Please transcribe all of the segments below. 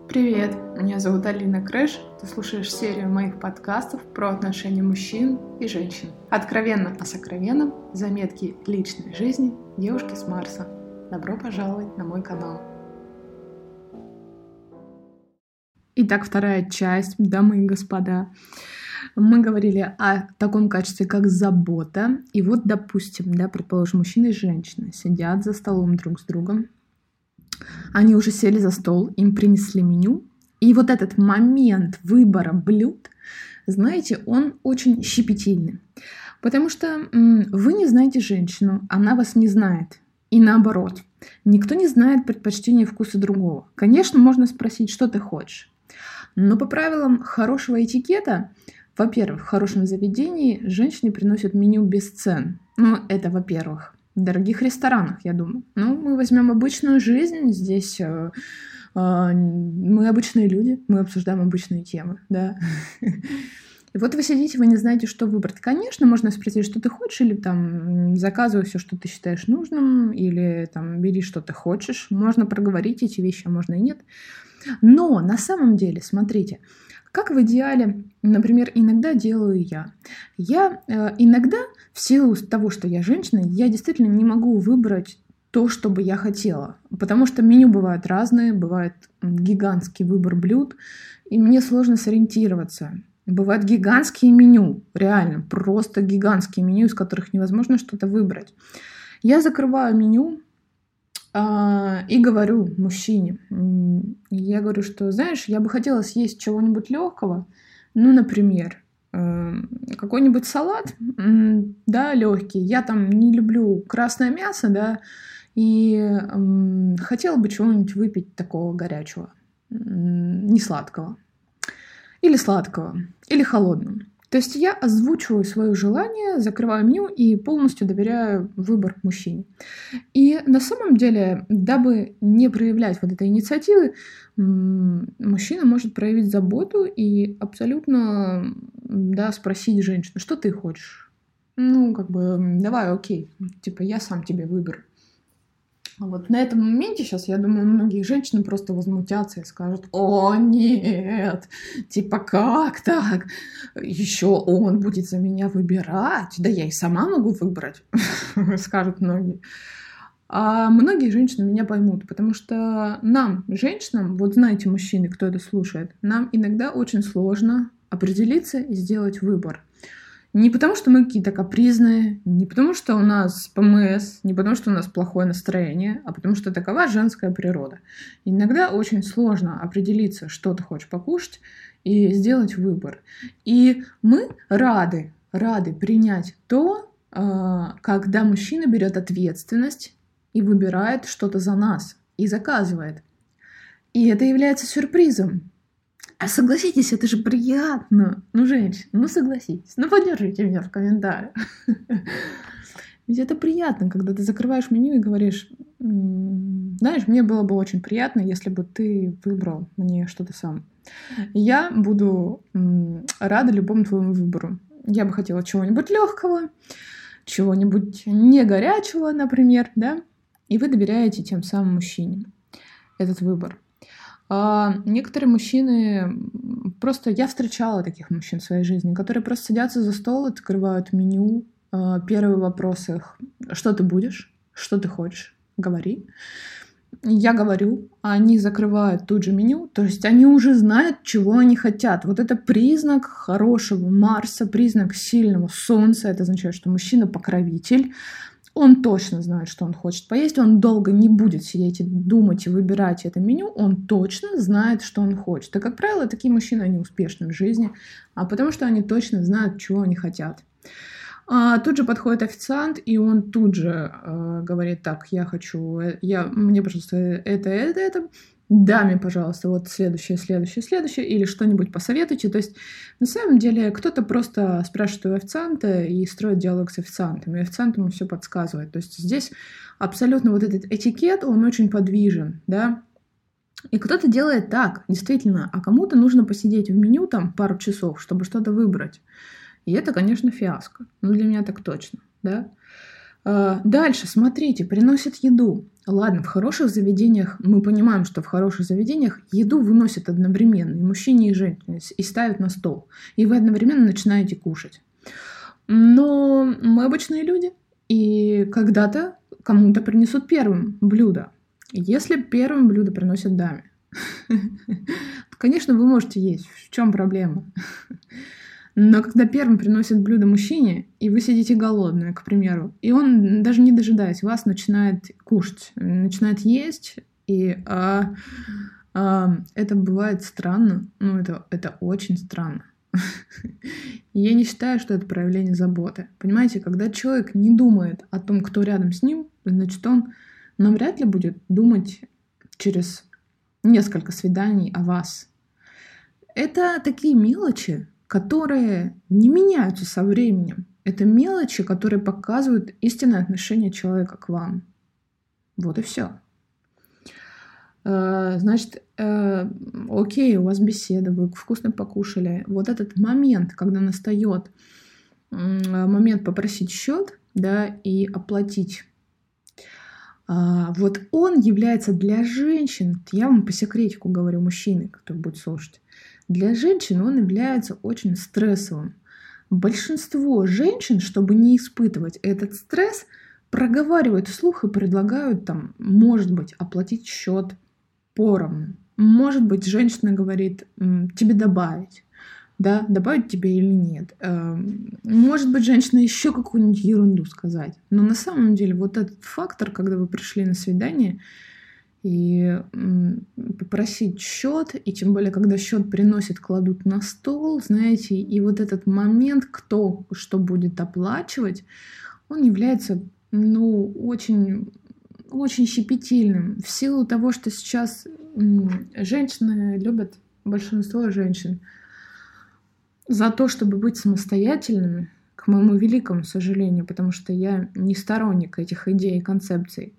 Привет, меня зовут Алина Крэш, ты слушаешь серию моих подкастов про отношения мужчин и женщин. Откровенно о сокровенном, заметки личной жизни девушки с Марса. Добро пожаловать на мой канал. Итак, вторая часть, дамы и господа. Мы говорили о таком качестве, как забота. И вот, допустим, предположим, мужчина и женщина сидят за столом друг с другом. Они уже сели за стол, им принесли меню. И вот этот момент выбора блюд, знаете, он очень щепетильный. Потому что вы не знаете женщину, она вас не знает. И наоборот, никто не знает предпочтения и вкуса другого. Конечно, можно спросить, что ты хочешь. Но по правилам хорошего этикета, во-первых, в хорошем заведении женщине приносят меню без цен. Ну, это во-первых. В дорогих ресторанах, я думаю. Ну, мы возьмем обычную жизнь, здесь мы обычные люди, мы обсуждаем обычные темы, да. И вот вы сидите, вы не знаете, что выбрать. Конечно, можно спросить, что ты хочешь, или там заказывай все, что ты считаешь нужным, или там бери, что ты хочешь. Можно проговорить эти вещи, а можно и нет. Но на самом деле, смотрите, как в идеале, например, иногда делаю я. Я иногда, в силу того, что я женщина, я действительно не могу выбрать то, что бы я хотела. Потому что меню бывают разные, бывает гигантский выбор блюд, и мне сложно сориентироваться. Бывают гигантские меню, реально, просто гигантские меню, из которых невозможно что-то выбрать. Я закрываю меню и говорю мужчине, я говорю, что, знаешь, я бы хотела съесть чего-нибудь легкого, ну, например, какой-нибудь салат, да, легкий. Я там не люблю красное мясо, да, и хотела бы чего-нибудь выпить такого горячего, не сладкого, или сладкого, или холодного. То есть я озвучиваю свое желание, закрываю меню и полностью доверяю выбор мужчине. И на самом деле, дабы не проявлять вот этой инициативы, мужчина может проявить заботу и абсолютно, да, спросить женщину, что ты хочешь? Ну, как бы, давай, окей, типа, я сам тебе выберу. Вот на этом моменте сейчас, я думаю, многие женщины просто возмутятся и скажут: «О, нет, типа как так? Еще он будет за меня выбирать? Да я и сама могу выбрать», скажут многие. А многие женщины меня поймут, потому что нам, женщинам, вот знаете, мужчины, кто это слушает, нам иногда очень сложно определиться и сделать выбор. Не потому, что мы какие-то капризные, не потому, что у нас ПМС, не потому, что у нас плохое настроение, а потому, что такова женская природа. Иногда очень сложно определиться, что ты хочешь покушать, и сделать выбор. И мы рады принять то, когда мужчина берет ответственность и выбирает что-то за нас, и заказывает. И это является сюрпризом. А согласитесь, это же приятно. Ну, женщина, ну согласитесь. Ну, поддержите меня в комментариях. Ведь это приятно, когда ты закрываешь меню и говоришь: знаешь, мне было бы очень приятно, если бы ты выбрал мне что-то сам. Я буду рада любому твоему выбору. Я бы хотела чего-нибудь легкого, чего-нибудь не горячего, например, да? И вы доверяете тем самым мужчине этот выбор. А некоторые мужчины, просто я встречала таких мужчин в своей жизни, которые просто садятся за стол, открывают меню. Первый вопрос их: что ты будешь, что ты хочешь, говори. Я говорю, а они закрывают тут же меню, то есть они уже знают, чего они хотят. Вот это признак хорошего Марса, признак сильного Солнца. Это означает, что мужчина покровитель. Он точно знает, что он хочет поесть, он долго не будет сидеть и думать и выбирать это меню, он точно знает, что он хочет. И, как правило, такие мужчины, они успешны в жизни, потому что они точно знают, чего они хотят. Тут же подходит официант, и он тут же говорит: так, я хочу, мне, пожалуйста, это. Даме, пожалуйста, вот следующее, или что-нибудь посоветуйте. То есть, на самом деле, кто-то просто спрашивает у официанта и строит диалог с официантом, и официант ему все подсказывает. То есть, здесь абсолютно вот этот этикет, он очень подвижен, да. И кто-то делает так, действительно, а кому-то нужно посидеть в меню там пару часов, чтобы что-то выбрать. И это, конечно, фиаско. Ну, для меня так точно, да. Дальше, смотрите, приносят еду. Ладно, в хороших заведениях, мы понимаем, что в хороших заведениях еду выносят одновременно, и мужчине, и женщине, и ставят на стол. И вы одновременно начинаете кушать. Но мы обычные люди, и когда-то кому-то принесут первым блюдо. Если первым блюдо приносят даме, конечно, вы можете есть. В чем проблема? Но когда первым приносят блюдо мужчине, и вы сидите голодные, к примеру, и он, даже не дожидаясь вас, начинает кушать, начинает есть, и это бывает странно. Ну, это очень странно. Я не считаю, что это проявление заботы. Понимаете, когда человек не думает о том, кто рядом с ним, значит, он навряд ли будет думать через несколько свиданий о вас. Это такие мелочи, которые не меняются со временем. Это мелочи, которые показывают истинное отношение человека к вам. Вот и все. Значит, окей, у вас беседа, вы вкусно покушали. Вот этот момент, когда настает момент попросить счет, да, и оплатить, вот он является для женщин, я вам по секретику говорю, мужчины, кто будет слушать, для женщин он является очень стрессовым. Большинство женщин, чтобы не испытывать этот стресс, проговаривают вслух и предлагают там, может быть, оплатить счет поровну. Может быть, женщина говорит, тебе добавить. Да, добавить тебе или нет. Может быть, женщина еще какую-нибудь ерунду сказать. Но на самом деле вот этот фактор, когда вы пришли на свидание и попросить счет, и тем более, когда счет приносят, кладут на стол, знаете, и вот этот момент, кто что будет оплачивать, он является, очень, очень щепетильным. В силу того, что сейчас женщины любят, большинство женщин, за то, чтобы быть самостоятельными, к моему великому сожалению, потому что я не сторонник этих идей и концепций,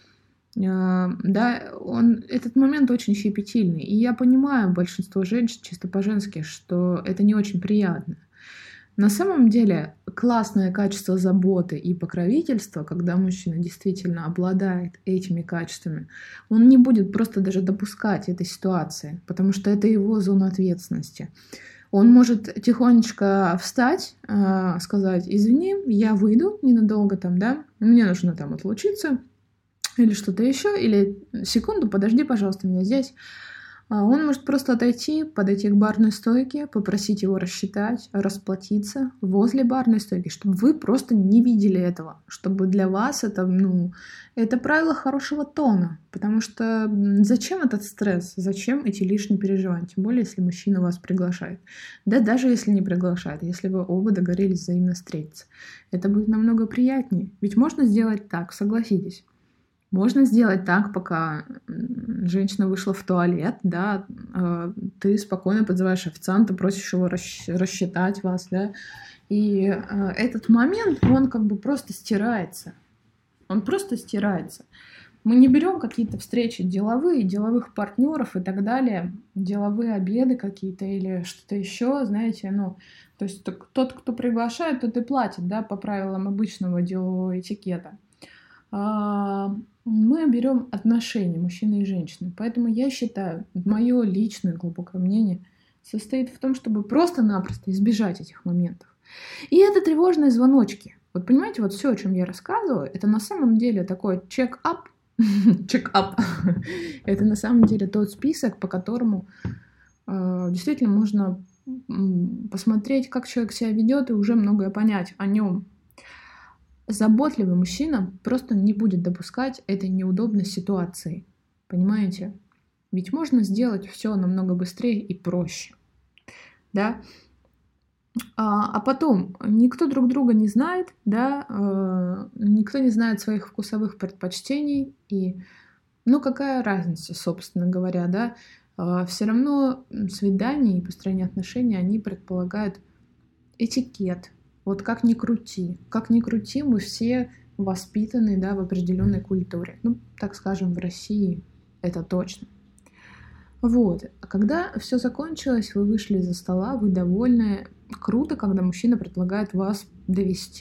да, этот момент очень щепетильный. И я понимаю большинство женщин, чисто по-женски, что это не очень приятно. На самом деле, классное качество заботы и покровительства, когда мужчина действительно обладает этими качествами, он не будет просто даже допускать этой ситуации, потому что это его зона ответственности. Он может тихонечко встать, сказать, извини, я выйду ненадолго там, да, мне нужно там отлучиться, или что-то еще, или секунду, подожди, пожалуйста, меня здесь. Он может просто подойти к барной стойке, попросить его рассчитать, расплатиться возле барной стойки, чтобы вы просто не видели этого, чтобы для вас это правило хорошего тона, потому что зачем этот стресс, зачем эти лишние переживания, тем более, если мужчина вас приглашает. Да даже если не приглашает, если вы оба договорились взаимно встретиться, это будет намного приятнее, ведь можно сделать так, согласитесь. Можно сделать так, пока женщина вышла в туалет, да, ты спокойно подзываешь официанта, просишь его рассчитать вас, да, и этот момент, он как бы просто стирается. Он просто стирается. Мы не берем какие-то встречи деловых партнеров и так далее, деловые обеды какие-то или что-то еще, знаете, то есть тот, кто приглашает, тот и платит, да, по правилам обычного делового этикета. Мы берем отношения мужчины и женщины. Поэтому я считаю, мое личное глубокое мнение состоит в том, чтобы просто-напросто избежать этих моментов. И это тревожные звоночки. Вот понимаете, вот все, о чем я рассказываю, это на самом деле такой чек-ап. Чек-ап. Это на самом деле тот список, по которому действительно можно посмотреть, как человек себя ведет, и уже многое понять о нем. Заботливый мужчина просто не будет допускать этой неудобной ситуации. Понимаете? Ведь можно сделать все намного быстрее и проще. Да? А потом никто друг друга не знает, да? Никто не знает своих вкусовых предпочтений. И, какая разница, собственно говоря, да? Все равно свидания и построение отношений, они предполагают этикет. Вот как ни крути, мы все воспитаны, да, в определенной культуре. Так скажем, в России это точно. Вот. А когда все закончилось, вы вышли из-за стола, вы довольны. Круто, когда мужчина предлагает вас довести.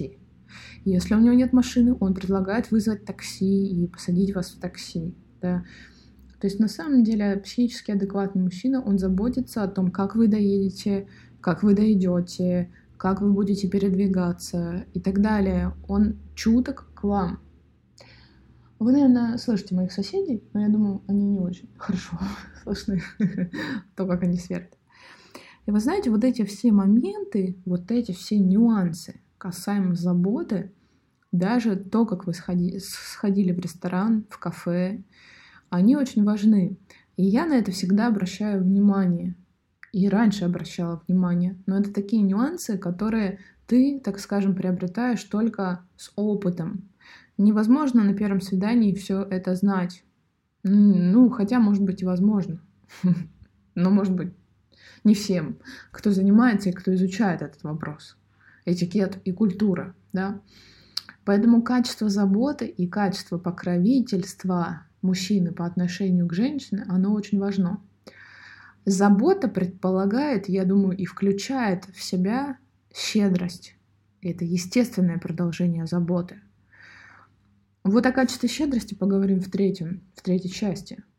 Если у него нет машины, он предлагает вызвать такси и посадить вас в такси, да. То есть на самом деле психически адекватный мужчина, он заботится о том, как вы доедете, как вы дойдете, как вы будете передвигаться и так далее. Он чуток к вам. Вы, наверное, слышите моих соседей, но я думаю, они не очень хорошо слышны, то, как они сверят. И вы знаете, вот эти все моменты, вот эти все нюансы касаемо заботы, даже то, как вы сходили в ресторан, в кафе, они очень важны. И я на это всегда обращаю внимание. И раньше обращала внимание. Но это такие нюансы, которые ты, так скажем, приобретаешь только с опытом. Невозможно на первом свидании все это знать. Ну, хотя, может быть, и возможно. Но, может быть, не всем, кто занимается и кто изучает этот вопрос. Этикет и культура, да. Поэтому качество заботы и качество покровительства мужчины по отношению к женщине, оно очень важно. Забота предполагает, я думаю, и включает в себя щедрость. Это естественное продолжение заботы. Вот о качестве щедрости поговорим в третьей части.